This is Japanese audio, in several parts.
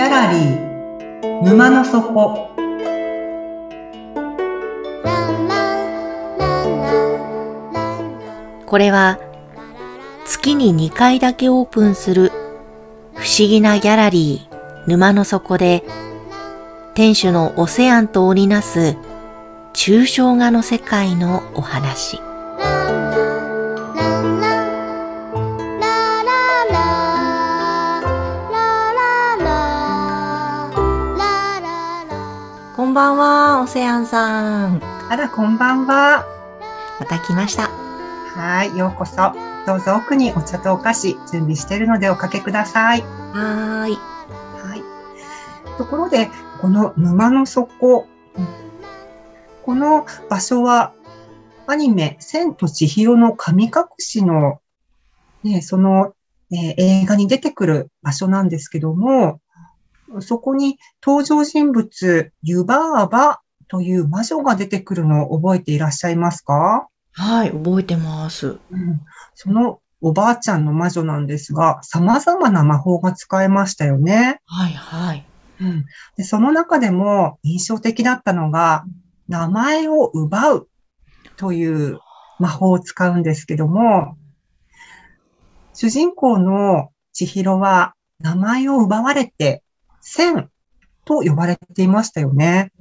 ギャラリー沼の底。 これは月に2回だけオープンする不思議なギャラリー沼の底で、店主のオセアンと織りなす抽象画の世界のお話。こんばんは、オセアンさん。 あら、こんばんは。 また来ました。 はい、ようこそ。どうぞ奥にお茶とお菓子準備しているのでおかけください。 はーい。 はい。ところで、この沼の底、この場所はアニメ千と千尋の神隠しの、その、映画に出てくる場所なんですけども、そこに登場人物、湯婆婆という魔女が出てくるのを覚えていらっしゃいますか？ はい、覚えてます。 そのおばあちゃんの魔女なんですが、様々な魔法が使えましたよね。 はいはい。 で、その中でも印象的だったのが、名前を奪うという魔法を使うんですけども、主人公の千尋は名前を奪われて、千と呼ばれていましたよね。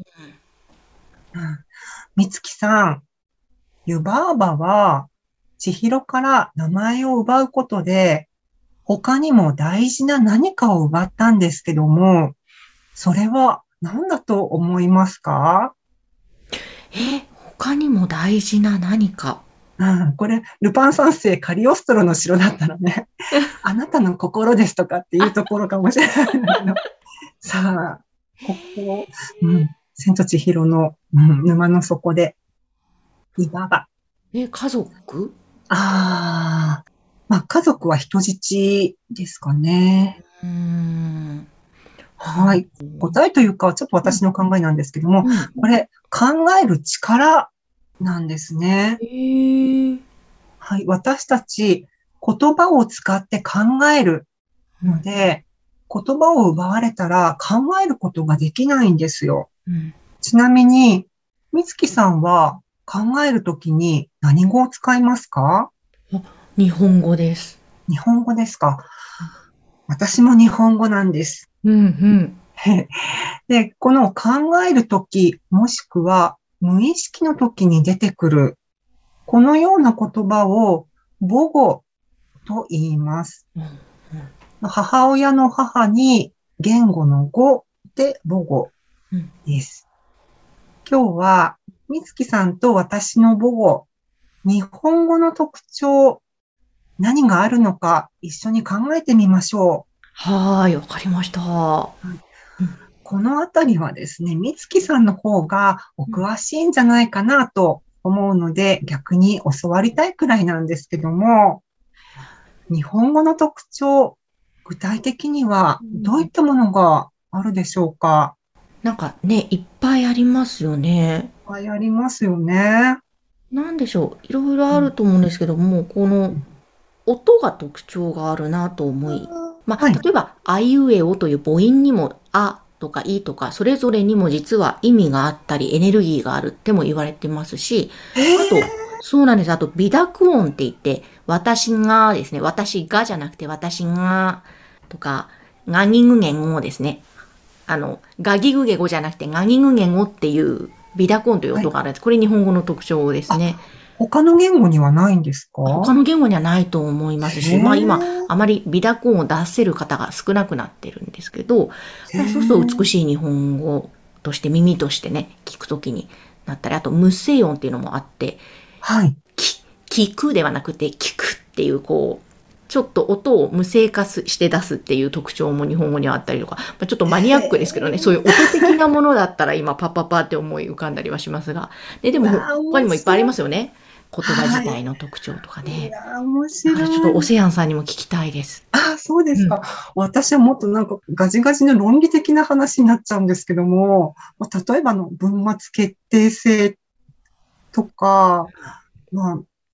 みつきさん、湯婆婆は千尋から名前を奪うことで、他にも大事な何かを奪ったんですけども、それは何だと思いますか？ 他にも大事な何か。 これ、ルパン三世カリオストロの城だったらね、あなたの心ですとかっていうところかもしれないんだけど、さあ、ここ、千と千尋の、沼の底で、湯婆婆。 家族？ まあ、家族は人質ですかね。 うーん。 はい。答えというか、ちょっと私の考えなんですけども、 うん。 これ、考える力なんですね。はい。私たち、言葉を使って考えるので、言葉を奪われたら考えることができないんですよ。ちなみに、みつきさんは考えるときに何語を使いますか？ 日本語です。 日本語ですか？私も日本語なんです。 うんうん。 で、この考えるとき、もしくは無意識のときに出てくる、このような言葉を母語と言います。母親の母に言語の語で母語です。今日は、みつきさんと私の母語、日本語の特徴、何があるのか一緒に考えてみましょはーい、わかりました。 う。このあたりはですね、みつきさんの方がお詳しいんじゃないかなと思うので、逆に教わりたいくらいなんですけども、日本語の特徴、具体的にはどういったものがあるでしょうか？ なんかね、いっぱいありますよね。 いっぱいありますよね。 なんでしょう。いろいろあると思うんですけども、この音が特徴があるなと思い。 はい。 例えば、あいうえおという母音にも、あとかいとか、それぞれにも実は意味があったり、エネルギーがあるっても言われてますし、あと、そうなんです。あと、微濁音って言って、私がですね、私がじゃなくて私がとか、ガギグゲンをですね、ガギグゲ語じゃなくてガギグゲ語っていう微濁音という音があるんです。これ日本語の特徴ですね。 他の言語にはないんですか？ 他の言語にはないと思いますし、今、あまり微濁音を出せる方が少なくなってるんですけど、そうすると美しい日本語として耳としてね、聞くときになったり、あと無声音っていうのもあって、 はい。 聞くではなくて聞くっていうちょっと音を無声化して出すっていう特徴も日本語にはあったりとか、ちょっとマニアックですけどね、そういう音的なものだったら今パッパッパって思い浮かんだりはしますが、でも他にもいっぱいありますよね。言葉自体の特徴とかね。 面だからちょっとオ白い。 セアンさんにも聞きたいです。 そうですか。私はもっとなんかガジガジの論理的な話になっちゃうんですけども、例えばの文末決定性とか、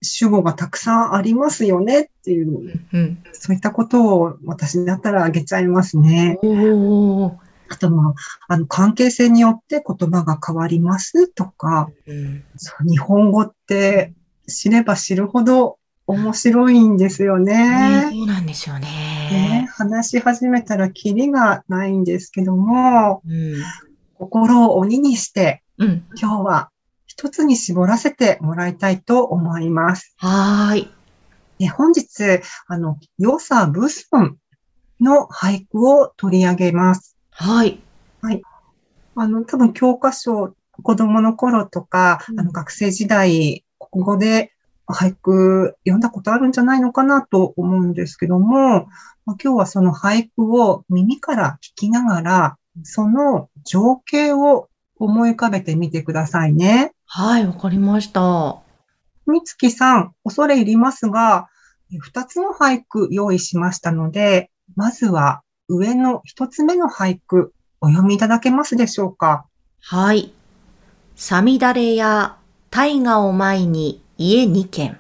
主語がたくさんありますよねっていう、 うん。 そういったことを私だったらあげちゃいますね。 おー。 あと、関係性によって言葉が変わりますとか、 うん。 そう日本語って知れば知るほど面白いんですよね、 ね。 そうなんですよね、 ね。 話し始めたらキリがないんですけども、 うん。 心を鬼にしてうん。 今日は一つに絞らせてもらいたいと思います。 はーい。 本日、与謝蕪村の俳句を取り上げます。 はい。 はい。多分教科書、子供の頃とか、 うん。 学生時代、国語で俳句読んだことあるんじゃないのかなと思うんですけども、今日はその俳句を耳から聞きながら、その情景を思い浮かべてみてくださいね。 はい、わかりました。はみつきさん、恐れ入りますが、二つの俳句用意しましたので、まずは上の一つ目の俳句、お読みいただけますでしょうか？ い。さみだれや大河を前に家二軒。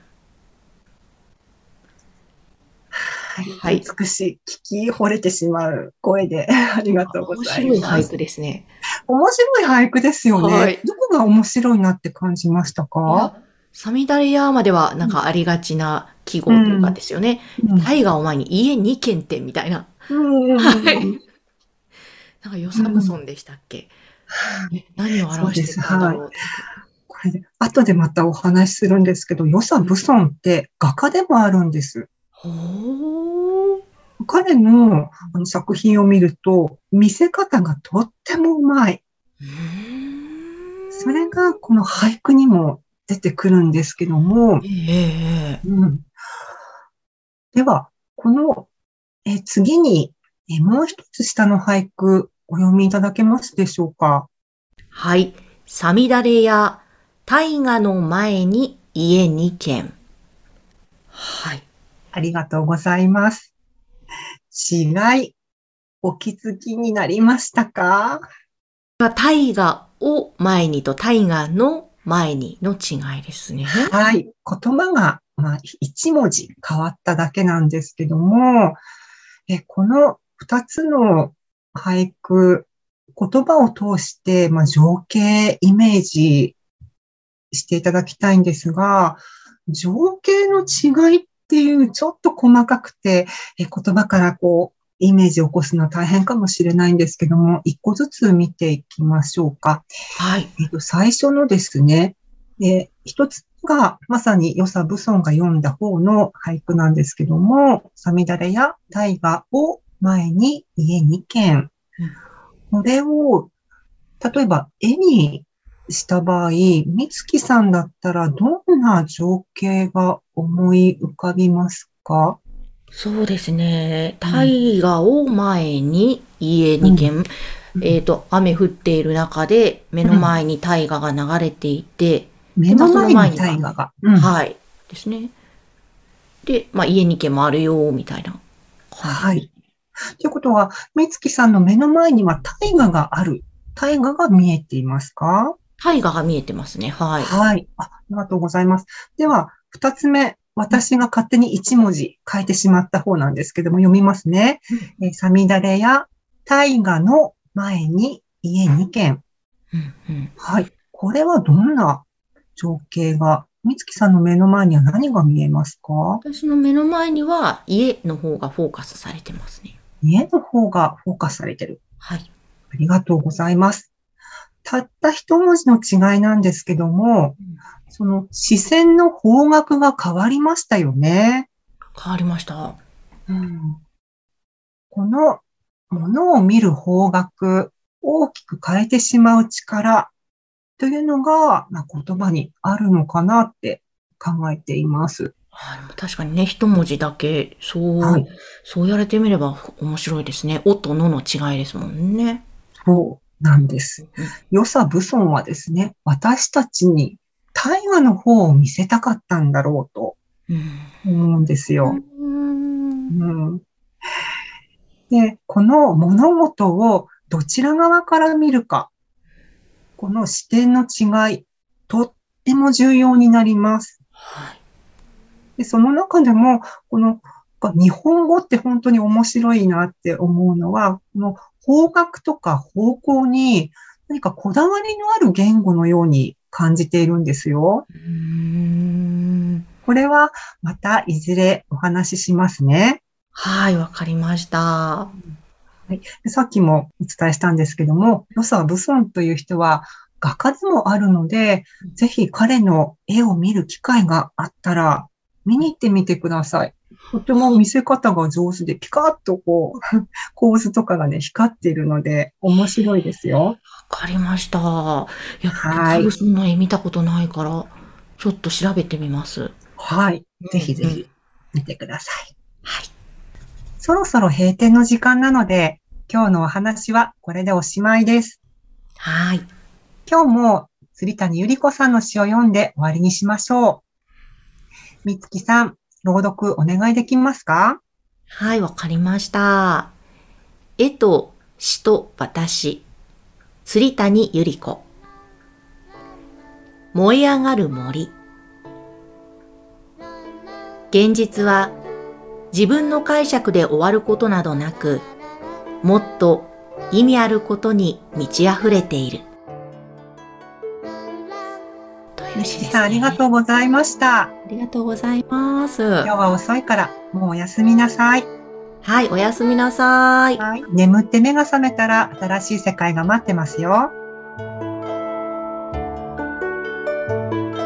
はい。 はい。 美しい。聞き惚れてしまう声でありがとうご面ざい白い俳ます。 句ですね。 面白い俳句ですよね。 はい。 どこが面白いなって感じましたか？ いや、さみだれやまではなんかありがちな記号というかうん。 ですよね。 うん。 大河を前に家二軒ってみたいな。 うん。うはい。 ん。 なんか与謝蕪うん。 村でしたっけ？何をそうです。 表してたんだはい。 ろうと思って。 これ、後でまたお話しするんですけど、与謝蕪村って画家でもあるんです。 ほー。 彼の作品を見ると、見せ方がとってもうまい。 うーそれがこの俳句にも出てくるんですけども、 ええええ。 うん。では、この、次に、もう一つ下の俳句、お読みいただけますでしょうか？ はい。さみだれや大河の前に家二軒。はい。 ありがとうございます。違い、お気づきになりましたか？ 大河を前にと大河の前にの違いですね。 はい。言葉が、一文字変わっただけなんですけども、この二つの俳句、言葉を通して、情景、イメージしていただきたいんですが、情景の違いっていうちょっと細かくて、言葉からイメージを起こすのは大変かもしれないんですけども、一個ずつ見ていきましょうか。 はい。 最初のですね、一つがまさに与謝蕪村が読んだ方の俳句なんですけども、さみだれや大河を前に家二軒。 うん。 これを、例えば絵にした場合、みつきさんだったらどんな情景が思い浮かびますか？ そうですね。 うん、 大河を前に家うん、 二軒。 うん、 雨降っている中で目のうん。 前に大河が流れていて、で、 目のその前に前には、 大河が。うん。 はい。ですね。で、家二軒もあるよ、みたいな感じはい。 です。 ということは、みつきさんの目の前には大河がある。大河が見えていますか？ 大河が見えてますね。はい。 はい。ありがとうございます。では、二つ目。 うん。 私が勝手に一文字書いてしまった方なんですけども、読みますね。 うん。 さみだれや大河の前に家二軒。 うん。うん。 はい。これはどんな情景が、みつきさんの目の前には何が見えますか？ 私の目の前には家の方がフォーカスされてますね。 家の方がフォーカスされている。 はい。 ありがとうございます。たった一文字の違いなんですけども、 うん。 その視線の方角が変わりましたよね。 変わりました。 うん、このものを見る方角、大きく変えてしまう力というのが、言葉にあるのかなって考えています。 はい。確かにね、一文字だけ、 はい。 そう言われてみれば面白いですね。おとのの違いですもんね。 そうなんです。 うんうん。 与謝蕪村はですね、私たちに大河の方を見せたかったんだろうと思うんですうよ。 ん。 うん。で、この物事をどちら側から見るか、この視点の違い、とっても重要になります。 はい。 で、その中でも、この日本語って本当に面白いなって思うのは、この方角とか方向に何かこだわりのある言語のように感じているんですよ。これはまたいずれお話ししますね。 はい、わかりました。 はい、さっきもお伝えしたんですけども、与謝蕪村という人は画家でもあるので、ぜひ彼の絵を見る機会があったら見に行ってみてください。とても見せ方が上手で、ピカッと構図とかがね、光っているので、面白いですよ。 わかりました。いや、 はい。 サブスンの絵見たことないから、ちょっと調べてみます。 はい。ぜひぜうん。 ひ見てください。 はい。 そろそろ閉店の時間なので、今日のお話はこれでおしまいです。 はい。 今日も釣谷ゆり子さんの詩を読んで終わりにしましょう。みつきさん、朗読お願いできますか？ はい、わかりました。絵と詩と私、釣谷ゆり子。燃え上がる森。現実は自分の解釈で終わることなどなく、もっと意味あることに満ち溢れている。という詩ですさん、ありがね。 とうございました。 ありがとうございます。 今日は遅いから、もうおやすみなさい。 はい、おやすみなさい。 はい。眠って目が覚めたら新しい世界が待ってますよ。